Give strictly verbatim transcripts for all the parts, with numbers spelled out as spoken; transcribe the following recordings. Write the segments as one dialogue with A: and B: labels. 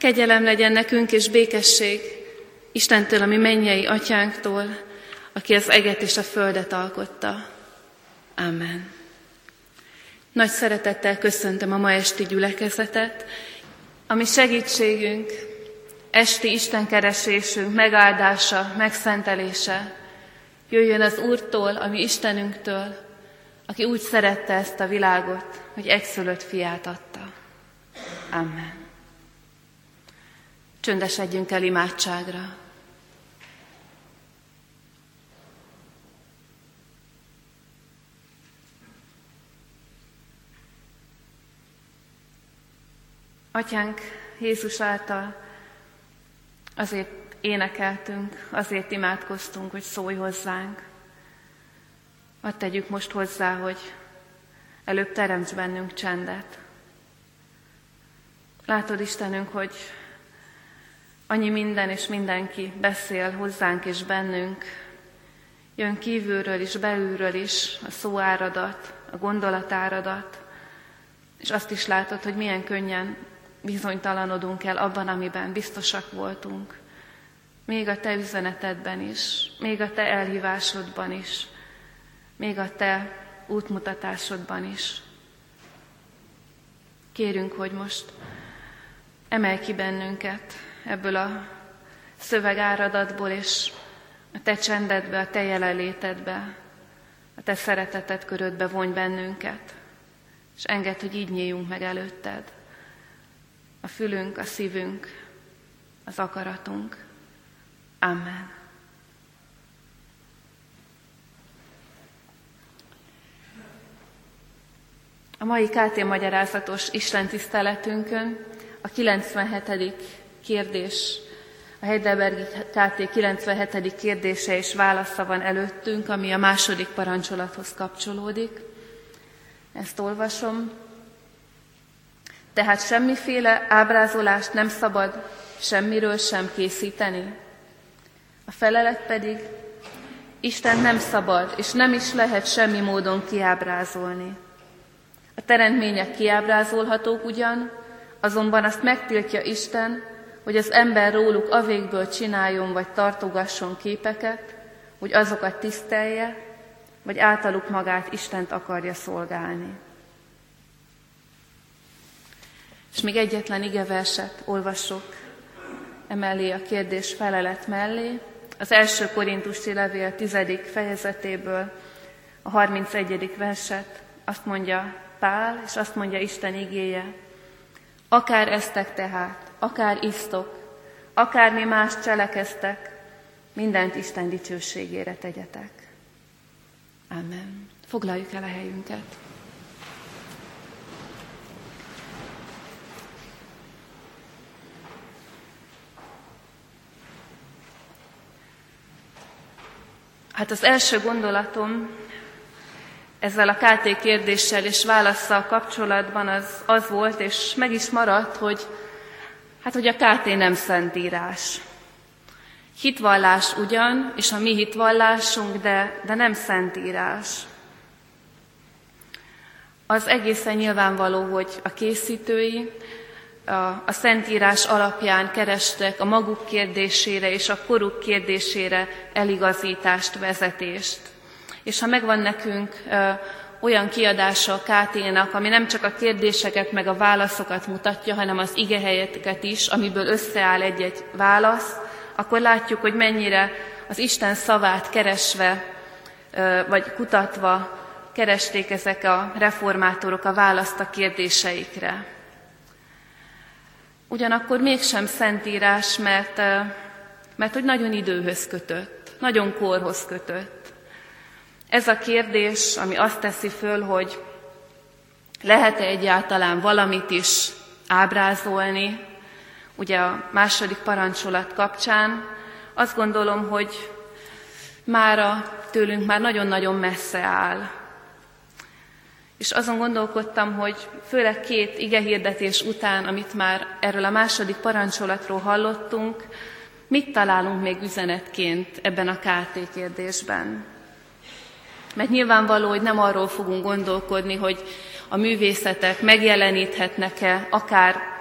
A: Kegyelem legyen nekünk és békesség Istentől, a mi mennyei atyánktól, aki az eget és a földet alkotta. Amen. Nagy szeretettel köszöntöm a ma esti gyülekezetet, ami segítségünk, esti istenkeresésünk megáldása, megszentelése jöjjön az Úrtól, a mi Istenünktől, aki úgy szerette ezt a világot, hogy egyszülött fiát adta. Amen. Csöndesedjünk el imádságra. Atyánk, Jézus által azért énekeltünk, azért imádkoztunk, hogy szólj hozzánk. Hadd tegyük most hozzá, hogy előbb teremts bennünk csendet. Látod, Istenünk, hogy annyi minden és mindenki beszél hozzánk és bennünk. Jön kívülről is, belülről is a szóáradat, a gondolatáradat, és azt is látod, hogy milyen könnyen bizonytalanodunk el abban, amiben biztosak voltunk. Még a te üzenetedben is, még a te elhívásodban is, még a te útmutatásodban is. Kérünk, hogy most emelj ki bennünket ebből a szövegáradatból, és a te csendedbe, a te jelenlétedbe, a te szereteted körödbe vonj bennünket, és engedd, hogy így nyíljunk meg előtted. A fülünk, a szívünk, az akaratunk. Amen. A mai ká té magyarázatos istentiszteletünkön a kilencvenhetedik kérdés, a Heidelbergi ká té kilencvenhetedik kérdése és válasza van előttünk, ami a második parancsolathoz kapcsolódik. Ezt olvasom. Tehát semmiféle ábrázolást nem szabad semmiről sem készíteni. A felelet pedig, Isten nem szabad, és nem is lehet semmi módon kiábrázolni. A teremtmények kiábrázolhatók ugyan, azonban azt megtiltja Isten, hogy az ember róluk avégből csináljon vagy tartogasson képeket, hogy azokat tisztelje, vagy általuk magát Istent akarja szolgálni. És még egyetlen igeverset olvasok emellé a kérdés felelet mellé, az első korintusi levél tizedik fejezetéből a harmincegyedik verset, azt mondja Pál, és azt mondja Isten igéje: akár esztek tehát, akár isztok, akármi más cselekeztek, mindent Isten dicsőségére tegyetek. Amen. Foglaljuk el a helyünket. Hát az első gondolatom ezzel a ká té kérdéssel és válasszal kapcsolatban az, az volt, és meg is maradt, hogy, hát, hogy a ká té nem szentírás. Hitvallás ugyan, és a mi hitvallásunk, de, de nem szentírás. Az egészen nyilvánvaló, hogy a készítői a, a szentírás alapján kerestek a maguk kérdésére és a koruk kérdésére eligazítást, vezetést. És ha megvan nekünk ö, olyan kiadása a ká té-nak, ami nem csak a kérdéseket meg a válaszokat mutatja, hanem az igehelyeket is, amiből összeáll egy-egy válasz, akkor látjuk, hogy mennyire az Isten szavát keresve, ö, vagy kutatva keresték ezek a reformátorok a választ a kérdéseikre. Ugyanakkor mégsem szentírás, mert, ö, mert hogy nagyon időhöz kötött, nagyon korhoz kötött. Ez a kérdés, ami azt teszi föl, hogy lehet-e egyáltalán valamit is ábrázolni, ugye a második parancsolat kapcsán, azt gondolom, hogy mára tőlünk már nagyon-nagyon messze áll. És azon gondolkodtam, hogy főleg két igehirdetés után, amit már erről a második parancsolatról hallottunk, mit találunk még üzenetként ebben a ká té kérdésben. Mert nyilvánvaló, hogy nem arról fogunk gondolkodni, hogy a művészetek megjeleníthetnek-e akár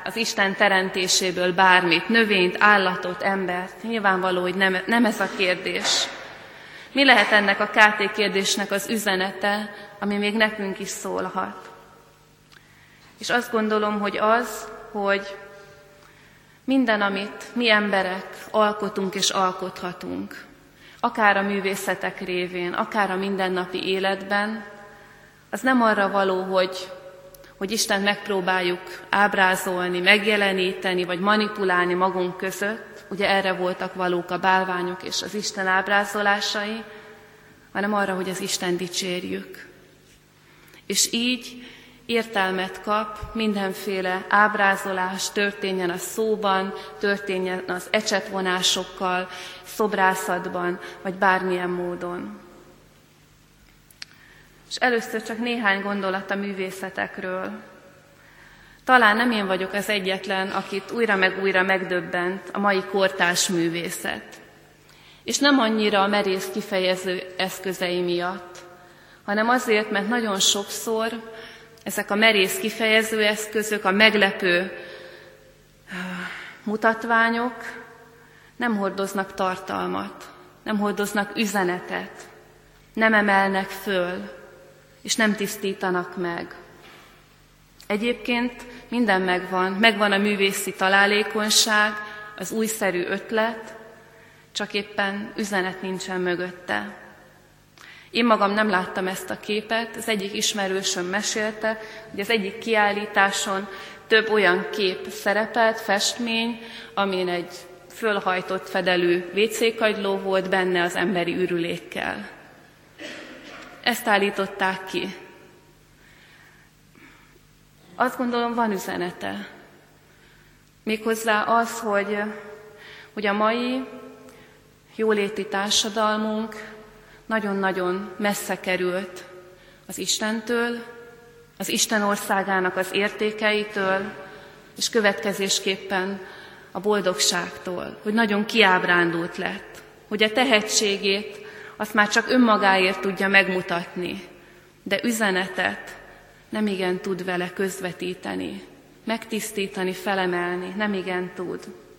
A: az Isten teremtéséből bármit, növényt, állatot, embert. Nyilvánvaló, hogy nem, nem ez a kérdés. Mi lehet ennek a ká té kérdésnek az üzenete, ami még nekünk is szólhat? És azt gondolom, hogy az, hogy minden, amit mi emberek alkotunk és alkothatunk, akár a művészetek révén, akár a mindennapi életben, az nem arra való, hogy, hogy Istent megpróbáljuk ábrázolni, megjeleníteni, vagy manipulálni magunk között. Ugye erre voltak valók a bálványok és az Isten ábrázolásai, hanem arra, hogy az Isten dicsérjük. És így értelmet kap mindenféle ábrázolás, történjen a szóban, történjen az ecsetvonásokkal, szobrászatban, vagy bármilyen módon. És először csak néhány gondolat a művészetekről. Talán nem én vagyok az egyetlen, akit újra meg újra megdöbbent a mai kortárs művészet. És nem annyira a merész kifejező eszközei miatt, hanem azért, mert nagyon sokszor ezek a merész kifejező eszközök, a meglepő mutatványok nem hordoznak tartalmat, nem hordoznak üzenetet, nem emelnek föl, és nem tisztítanak meg. Egyébként minden megvan, megvan a művészi találékonyság, az újszerű ötlet, csak éppen üzenet nincsen mögötte. Én magam nem láttam ezt a képet, az egyik ismerősöm mesélte, hogy az egyik kiállításon több olyan kép szerepelt, festmény, amin egy fölhajtott fedelű vécékagyló volt benne az emberi ürülékkel. Ezt állították ki. Azt gondolom, van üzenete. Méghozzá az, hogy, hogy a mai jóléti társadalmunk nagyon-nagyon messze került az Istentől, az Isten országának az értékeitől, és következésképpen a boldogságtól, hogy nagyon kiábrándult lett, hogy a tehetségét azt már csak önmagáért tudja megmutatni, de üzenetet nem igen tud vele közvetíteni, megtisztítani, felemelni, nem igen tud.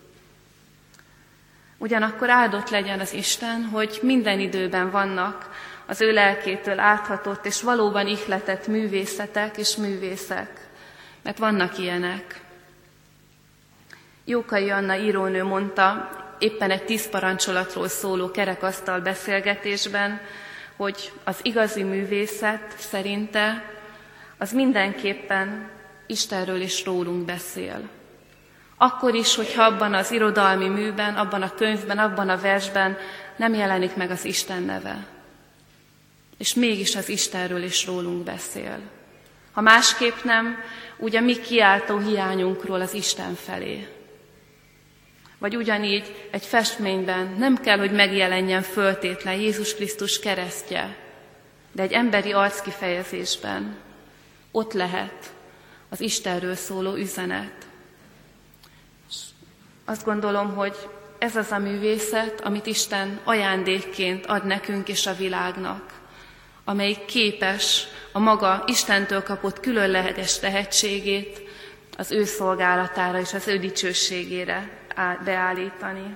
A: Ugyanakkor áldott legyen az Isten, hogy minden időben vannak az ő lelkétől áthatott és valóban ihletett művészetek és művészek, mert vannak ilyenek. Jókai Anna írónő mondta éppen egy tíz parancsolatról szóló kerekasztal beszélgetésben, hogy az igazi művészet szerinte az mindenképpen Istenről és rólunk beszél. Akkor is, hogyha abban az irodalmi műben, abban a könyvben, abban a versben nem jelenik meg az Isten neve. És mégis az Istenről és rólunk beszél. Ha másképp nem, úgy a mi kiáltó hiányunkról az Isten felé. Vagy ugyanígy egy festményben nem kell, hogy megjelenjen föltétlen Jézus Krisztus keresztje, de egy emberi arckifejezésben ott lehet az Istenről szóló üzenet. Azt gondolom, hogy ez az a művészet, amit Isten ajándékként ad nekünk és a világnak, amelyik képes a maga Istentől kapott különleges tehetségét az ő szolgálatára és az ő dicsőségére beállítani.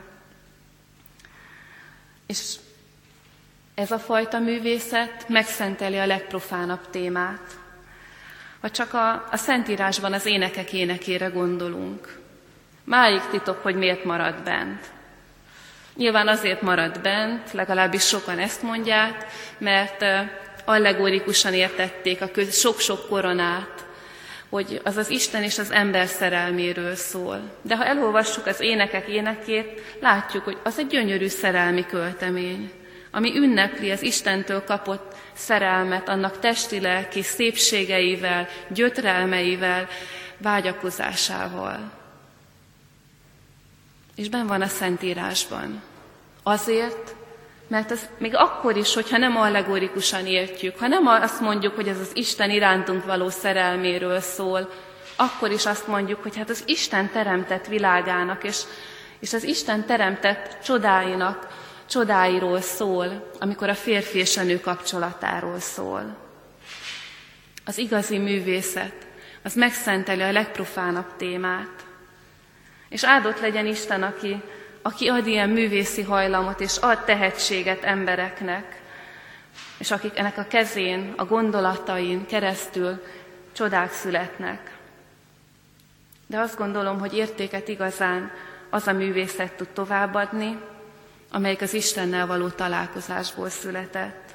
A: És ez a fajta művészet megszenteli a legprofánabb témát. Ha csak a, a Szentírásban az énekek énekére gondolunk, máig titok, hogy miért marad bent. Nyilván azért marad bent, legalábbis sokan ezt mondják, mert allegorikusan értették a köz, sok-sok koronát, hogy az az Isten és az ember szerelméről szól. De ha elolvassuk az énekek énekét, látjuk, hogy az egy gyönyörű szerelmi költemény, ami ünnepli az Istentől kapott szerelmet, annak testi-lelki szépségeivel, gyötrelmeivel, vágyakozásával. És benn van a Szentírásban. Azért, mert ez még akkor is, hogyha nem allegorikusan értjük, ha nem azt mondjuk, hogy ez az Isten irántunk való szerelméről szól, akkor is azt mondjuk, hogy hát az Isten teremtett világának, és, és az Isten teremtett csodáinak, csodáiról szól, amikor a férfi és a nő kapcsolatáról szól. Az igazi művészet, az megszenteli a legprofánabb témát. És áldott legyen Isten, aki, aki ad ilyen művészi hajlamot, és ad tehetséget embereknek, és akik ennek a kezén, a gondolatain keresztül csodák születnek. De azt gondolom, hogy értéket igazán az a művészet tud továbbadni, amelyik az Istennel való találkozásból született.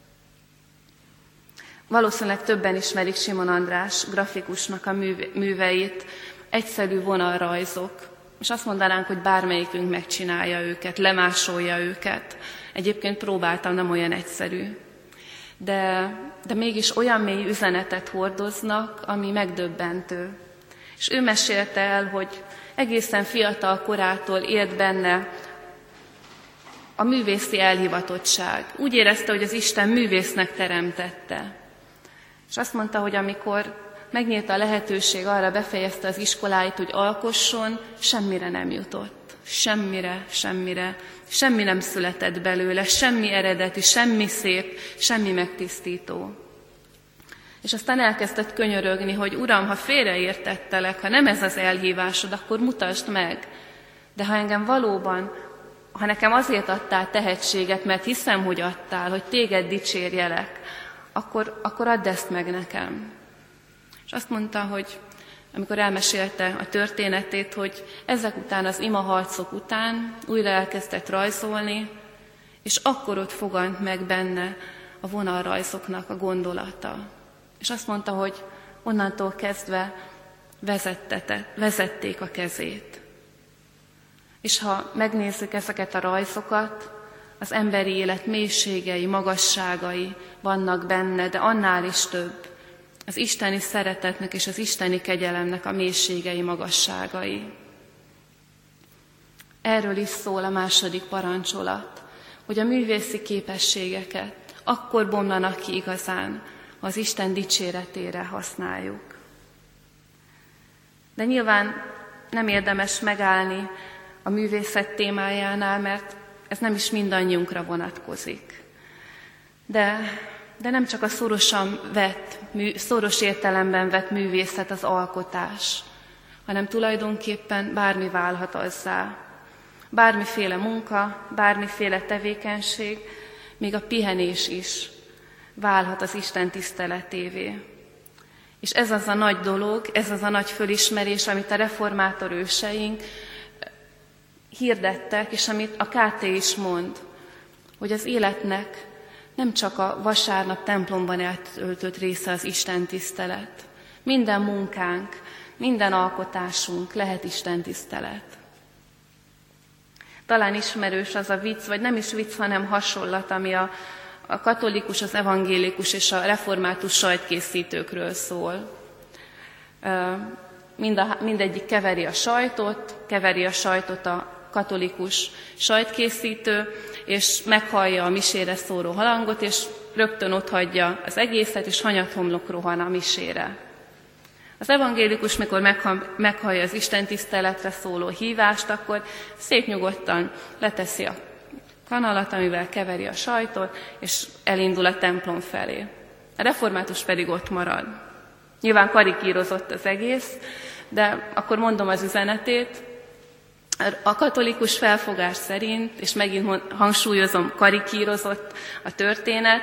A: Valószínűleg többen ismerik Simon András grafikusnak a műveit, egyszerű vonalrajzok, és azt mondanánk, hogy bármelyikünk megcsinálja őket, lemásolja őket. Egyébként próbáltam, nem olyan egyszerű. De, de mégis olyan mély üzenetet hordoznak, ami megdöbbentő. És ő mesélte el, hogy egészen fiatal korától élt benne a művészi elhivatottság. Úgy érezte, hogy az Isten művésznek teremtette. És azt mondta, hogy amikor megnyílt a lehetőség, arra befejezte az iskoláit, hogy alkosson, semmire nem jutott. Semmire, semmire. Semmi nem született belőle, semmi eredeti, semmi szép, semmi megtisztító. És aztán elkezdett könyörögni, hogy Uram, ha félreértettelek, ha nem ez az elhívásod, akkor mutasd meg. De ha engem valóban, ha nekem azért adtál tehetséget, mert hiszem, hogy adtál, hogy téged dicsérjelek, akkor, akkor add ezt meg nekem. És azt mondta, hogy amikor elmesélte a történetét, hogy ezek után, az imaharcok után újra elkezdett rajzolni, és akkor ott fogant meg benne a vonalrajzoknak a gondolata. És azt mondta, hogy onnantól kezdve vezették a kezét. És ha megnézzük ezeket a rajzokat, az emberi élet mélységei, magasságai vannak benne, de annál is több. Az isteni szeretetnek és az isteni kegyelemnek a mélységei, magasságai. Erről is szól a második parancsolat, hogy a művészi képességeket akkor bomlanak ki igazán, ha az Isten dicséretére használjuk. De nyilván nem érdemes megállni a művészet témájánál, mert ez nem is mindannyiunkra vonatkozik. De, de nem csak a szorosan vett, szoros értelemben vett művészet az alkotás, hanem tulajdonképpen bármi válhat azzá. Bármiféle munka, bármiféle tevékenység, még a pihenés is válhat az Isten tiszteletévé. És ez az a nagy dolog, ez az a nagy fölismerés, amit a reformátor őseink hirdettek, és amit a ká té is mond, hogy az életnek nem csak a vasárnap templomban eltöltött része az Isten tisztelet. Minden munkánk, minden alkotásunk lehet Isten tisztelet. Talán ismerős az a vicc, vagy nem is vicc, hanem hasonlat, ami a, a katolikus, az evangélikus és a református sajtkészítőkről szól. Mind a, mindegyik keveri a sajtot, keveri a sajtot a katolikus sajtkészítő, és meghallja a misére szóló halangot, és rögtön otthagyja az egészet, és hanyathomlok rohan a misére. Az evangélikus, mikor meghallja az Isten tiszteletre szóló hívást, akkor szép nyugodtan leteszi a kanalat, amivel keveri a sajtot, és elindul a templom felé. A református pedig ott marad. Nyilván karikírozott az egész, de akkor mondom az üzenetét. A katolikus felfogás szerint, és megint hangsúlyozom, karikírozott a történet,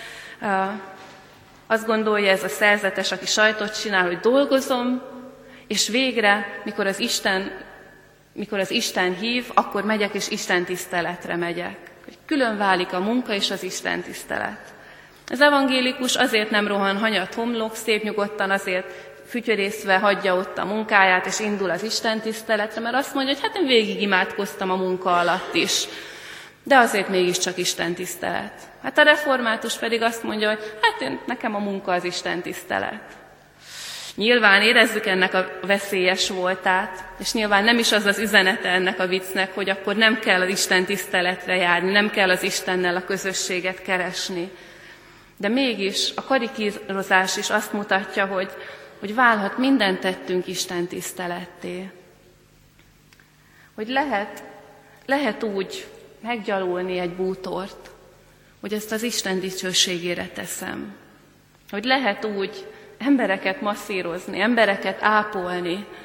A: azt gondolja ez a szerzetes, aki sajtot csinál, hogy dolgozom, és végre, mikor az Isten, mikor az Isten hív, akkor megyek, és Isten tiszteletre megyek. Külön válik a munka és az Isten tisztelet. Az evangélikus azért nem rohan hanyat homlok, szép nyugodtan azért fütyörészve hagyja ott a munkáját, és indul az Isten tiszteletre, mert azt mondja, hogy hát én végig imádkoztam a munka alatt is, de azért mégiscsak Isten tisztelet. Hát a református pedig azt mondja, hogy hát én, nekem a munka az Isten tisztelet. Nyilván érezzük ennek a veszélyes voltát, és nyilván nem is az az üzenete ennek a viccnek, hogy akkor nem kell az Isten tiszteletre járni, nem kell az Istennel a közösséget keresni. De mégis a karikírozás is azt mutatja, hogy, hogy válhat minden tettünk Isten tiszteletté. Hogy lehet, lehet úgy meggyalulni egy bútort, hogy ezt az Isten dicsőségére teszem. Hogy lehet úgy embereket masszírozni, embereket ápolni,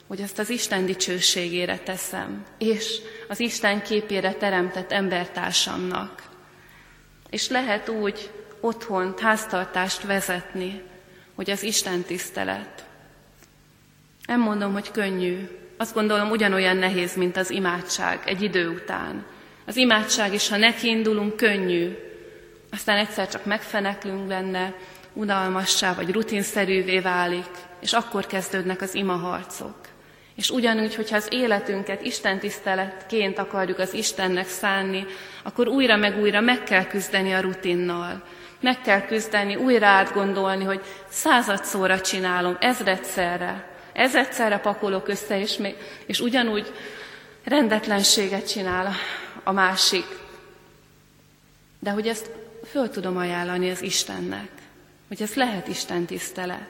A: hogy azt az Isten dicsőségére teszem, és az Isten képére teremtett embertársamnak. És lehet úgy otthon háztartást vezetni, hogy az Isten tisztelet. Nem mondom, hogy könnyű. Azt gondolom, ugyanolyan nehéz, mint az imádság egy idő után. Az imádság is, ha nekiindulunk, könnyű. Aztán egyszer csak megfeneklünk benne, unalmassá vagy rutinszerűvé válik, és akkor kezdődnek az imaharcok. És ugyanúgy, hogyha az életünket istentiszteletként akarjuk az Istennek szánni, akkor újra meg újra meg kell küzdeni a rutinnal. Meg kell küzdeni, újra átgondolni, hogy századszorra csinálom, ezredszerre, ezredszerre pakolok össze, és, még, és ugyanúgy rendetlenséget csinál a másik. De hogy ezt föl tudom ajánlani az Istennek, hogy ez lehet Isten tisztelet.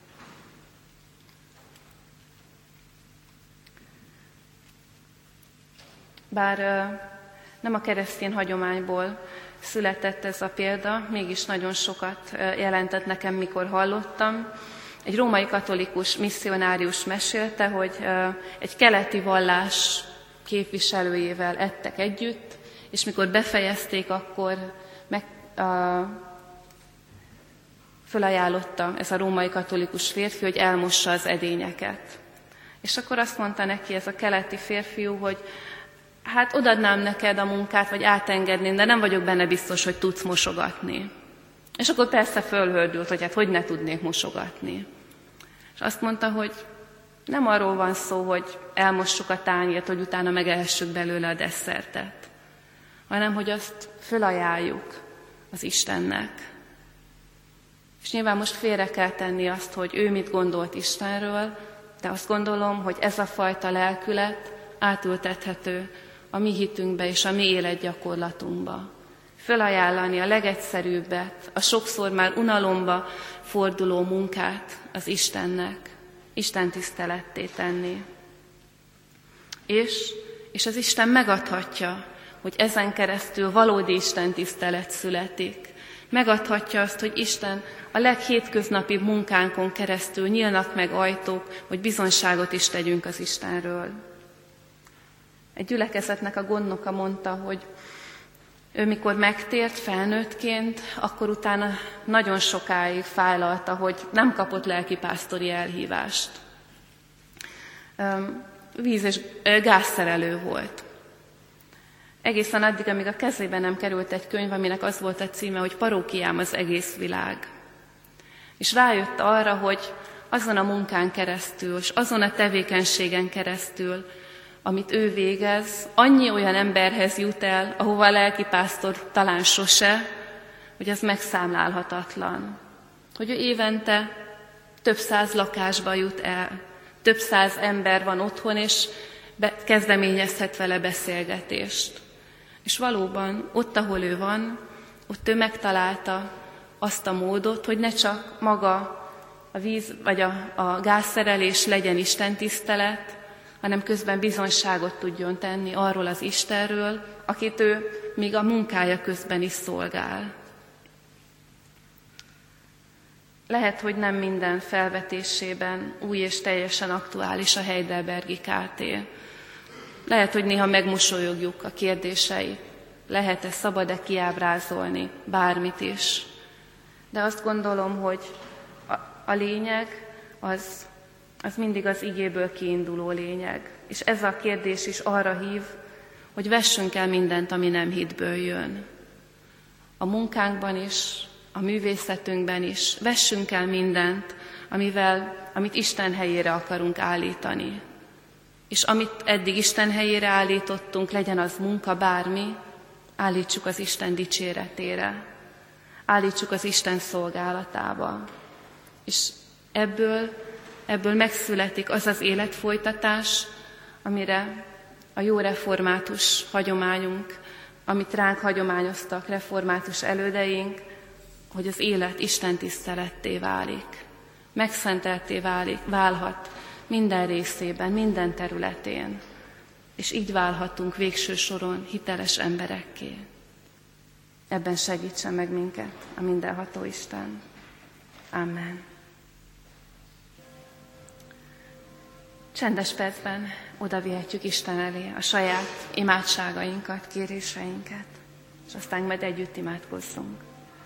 A: Bár nem a keresztény hagyományból született ez a példa, mégis nagyon sokat jelentett nekem, mikor hallottam. Egy római katolikus misszionárius mesélte, hogy egy keleti vallás képviselőjével ettek együtt, és mikor befejezték, akkor meg, a, fölajánlotta ez a római katolikus férfi, hogy elmossa az edényeket. És akkor azt mondta neki ez a keleti férfiú, hogy hát odaadnám neked a munkát, vagy átengedném, de nem vagyok benne biztos, hogy tudsz mosogatni. És akkor persze fölhördült, hogy hát hogy ne tudnék mosogatni. És azt mondta, hogy nem arról van szó, hogy elmossuk a tányért, hogy utána megelhessük belőle a desszertet, hanem hogy azt fölajánljuk az Istennek. És nyilván most félre kell tenni azt, hogy ő mit gondolt Istenről, de azt gondolom, hogy ez a fajta lelkület átültethető a mi hitünkbe és a mi életgyakorlatunkba. Fölajánlani a legegyszerűbbet, a sokszor már unalomba forduló munkát az Istennek, Isten tiszteletté tenni. És, és az Isten megadhatja, hogy ezen keresztül valódi Isten tisztelet születik. Megadhatja azt, hogy Isten a leghétköznapibb munkánkon keresztül nyílnak meg ajtók, hogy bizonyságot is tegyünk az Istenről. Egy gyülekezetnek a gondnoka mondta, hogy ő mikor megtért felnőttként, akkor utána nagyon sokáig fájlalta, hogy nem kapott lelkipásztori elhívást. Víz- és gázszerelő volt. Egészen addig, amíg a kezébe nem került egy könyv, aminek az volt a címe, hogy Parókiám az egész világ. És rájött arra, hogy azon a munkán keresztül, és azon a tevékenységen keresztül, amit ő végez, annyi olyan emberhez jut el, ahova a lelkipásztor talán sose, hogy ez megszámlálhatatlan. Hogy ő évente több száz lakásba jut el, több száz ember van otthon, és be, kezdeményezhet vele beszélgetést. És valóban ott, ahol ő van, ott ő megtalálta azt a módot, hogy ne csak maga a víz vagy a, a gázszerelés legyen istentisztelet, hanem közben bizonyságot tudjon tenni arról az Istenről, akit ő még a munkája közben is szolgál. Lehet, hogy nem minden felvetésében új és teljesen aktuális a Heidelbergi ká té. Lehet, hogy néha megmosolyogjuk a kérdéseit. Lehet-e, szabad-e kiábrázolni bármit is. De azt gondolom, hogy a, a lényeg az, az mindig az igéből kiinduló lényeg. És ez a kérdés is arra hív, hogy vessünk el mindent, ami nem hitből jön. A munkánkban is, a művészetünkben is vessünk el mindent, amivel, amit Isten helyére akarunk állítani. És amit eddig Isten helyére állítottunk, legyen az munka, bármi, állítsuk az Isten dicséretére. Állítsuk az Isten szolgálatába. És ebből, ebből megszületik az az életfolytatás, amire a jó református hagyományunk, amit ránk hagyományoztak református elődeink, hogy az élet Isten tiszteletté válik. Megszenteltté válik, válhat minden részében, minden területén. És így válhatunk végső soron hiteles emberekké. Ebben segítsen meg minket a mindenható Isten. Amen. csendes percben oda vihetjük Isten elé a saját imádságainkat, kéréseinket, és aztán majd együtt imádkozzunk.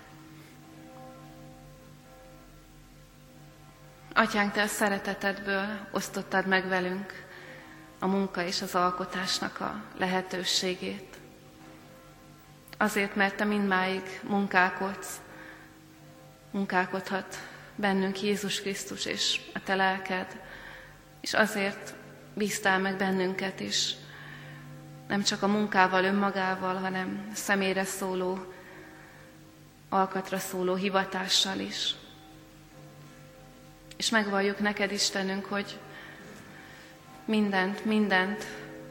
A: Atyánk, Te a szeretetedből osztottad meg velünk a munka és az alkotásnak a lehetőségét. Azért, mert Te mindmáig munkálkodsz, munkálkodhat bennünk Jézus Krisztus és a Te lelked, és azért bíztál meg bennünket is, nem csak a munkával önmagával, hanem személyre szóló, alkatra szóló hivatással is. És megvalljuk neked, Istenünk, hogy mindent, mindent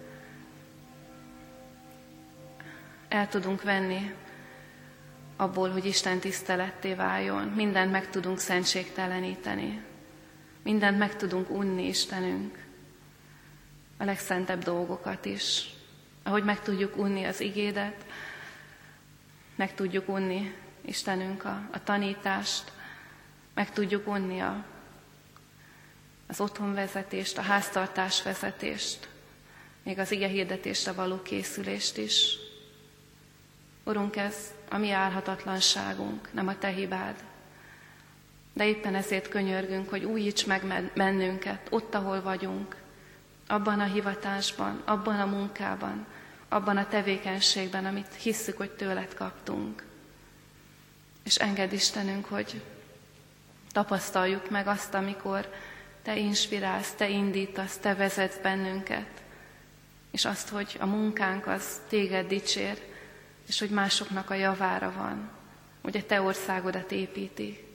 A: el tudunk venni abból, hogy Isten tiszteletté váljon. Mindent meg tudunk szentségteleníteni. Mindent meg tudunk unni, Istenünk. A legszentebb dolgokat is. Ahogy meg tudjuk unni az igédet, meg tudjuk unni, Istenünk, a, a tanítást, meg tudjuk unni a, az otthonvezetést, a háztartásvezetést, még az ige hirdetésre való készülést is. Urunk, ez a mi álhatatlanságunk, nem a Te hibád. De éppen ezért könyörgünk, hogy újíts meg bennünket ott, ahol vagyunk, abban a hivatásban, abban a munkában, abban a tevékenységben, amit hisszük, hogy tőled kaptunk. És engedd, Istenünk, hogy tapasztaljuk meg azt, amikor Te inspirálsz, Te indítasz, Te vezetsz bennünket, és azt, hogy a munkánk az Téged dicsér, és hogy másoknak a javára van, hogy a Te országodat építi.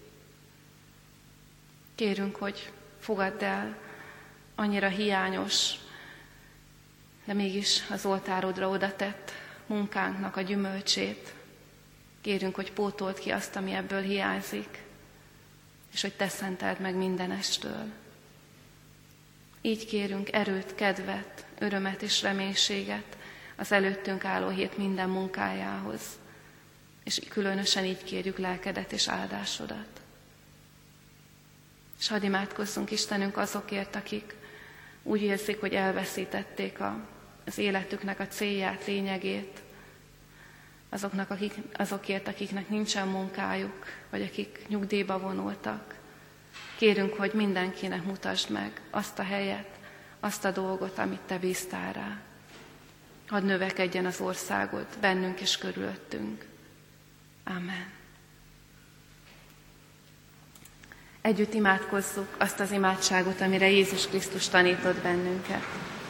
A: Kérünk, hogy fogadd el annyira hiányos, de mégis az oltárodra oda tett munkánknak a gyümölcsét. Kérünk, hogy pótold ki azt, ami ebből hiányzik, és hogy Te szenteld meg mindenestől. Így kérünk erőt, kedvet, örömet és reménységet az előttünk álló hét minden munkájához, és különösen így kérjük lelkedet és áldásodat. És hadd imádkozzunk, Istenünk, azokért, akik úgy érzik, hogy elveszítették a, az életüknek a célját, lényegét, azoknak, akik, azokért, akiknek nincsen munkájuk, vagy akik nyugdíjba vonultak. Kérünk, hogy mindenkinek mutasd meg azt a helyet, azt a dolgot, amit Te bíztál rá. Hadd növekedjen az országod bennünk és körülöttünk. Amen. Együtt imádkozzuk azt az imádságot, amire Jézus Krisztus tanított bennünket.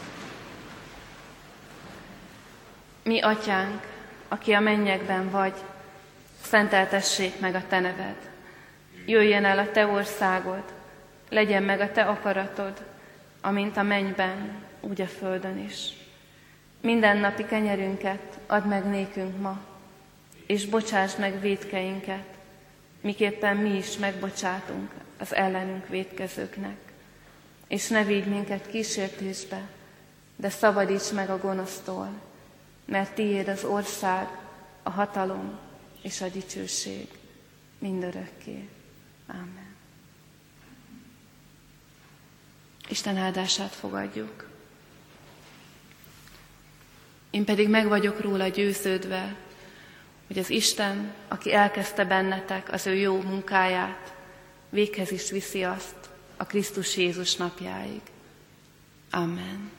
A: Mi, Atyánk, aki a mennyekben vagy, szenteltessék meg a Te neved. Jöjjön el a Te országod, legyen meg a Te akaratod, amint a mennyben, úgy a földön is. Mindennapi kenyerünket add meg nékünk ma, és bocsásd meg vétkeinket, miképpen mi is megbocsátunk az ellenünk vétkezőknek. És ne vigy minket kísértésbe, de szabadíts meg a gonosztól, mert Tiéd az ország, a hatalom és a dicsőség mindörökké. Amen. Isten áldását fogadjuk. Én pedig meg vagyok róla győződve, hogy az Isten, aki elkezdte bennetek az ő jó munkáját, véghez is viszi azt a Krisztus Jézus napjáig. Amen.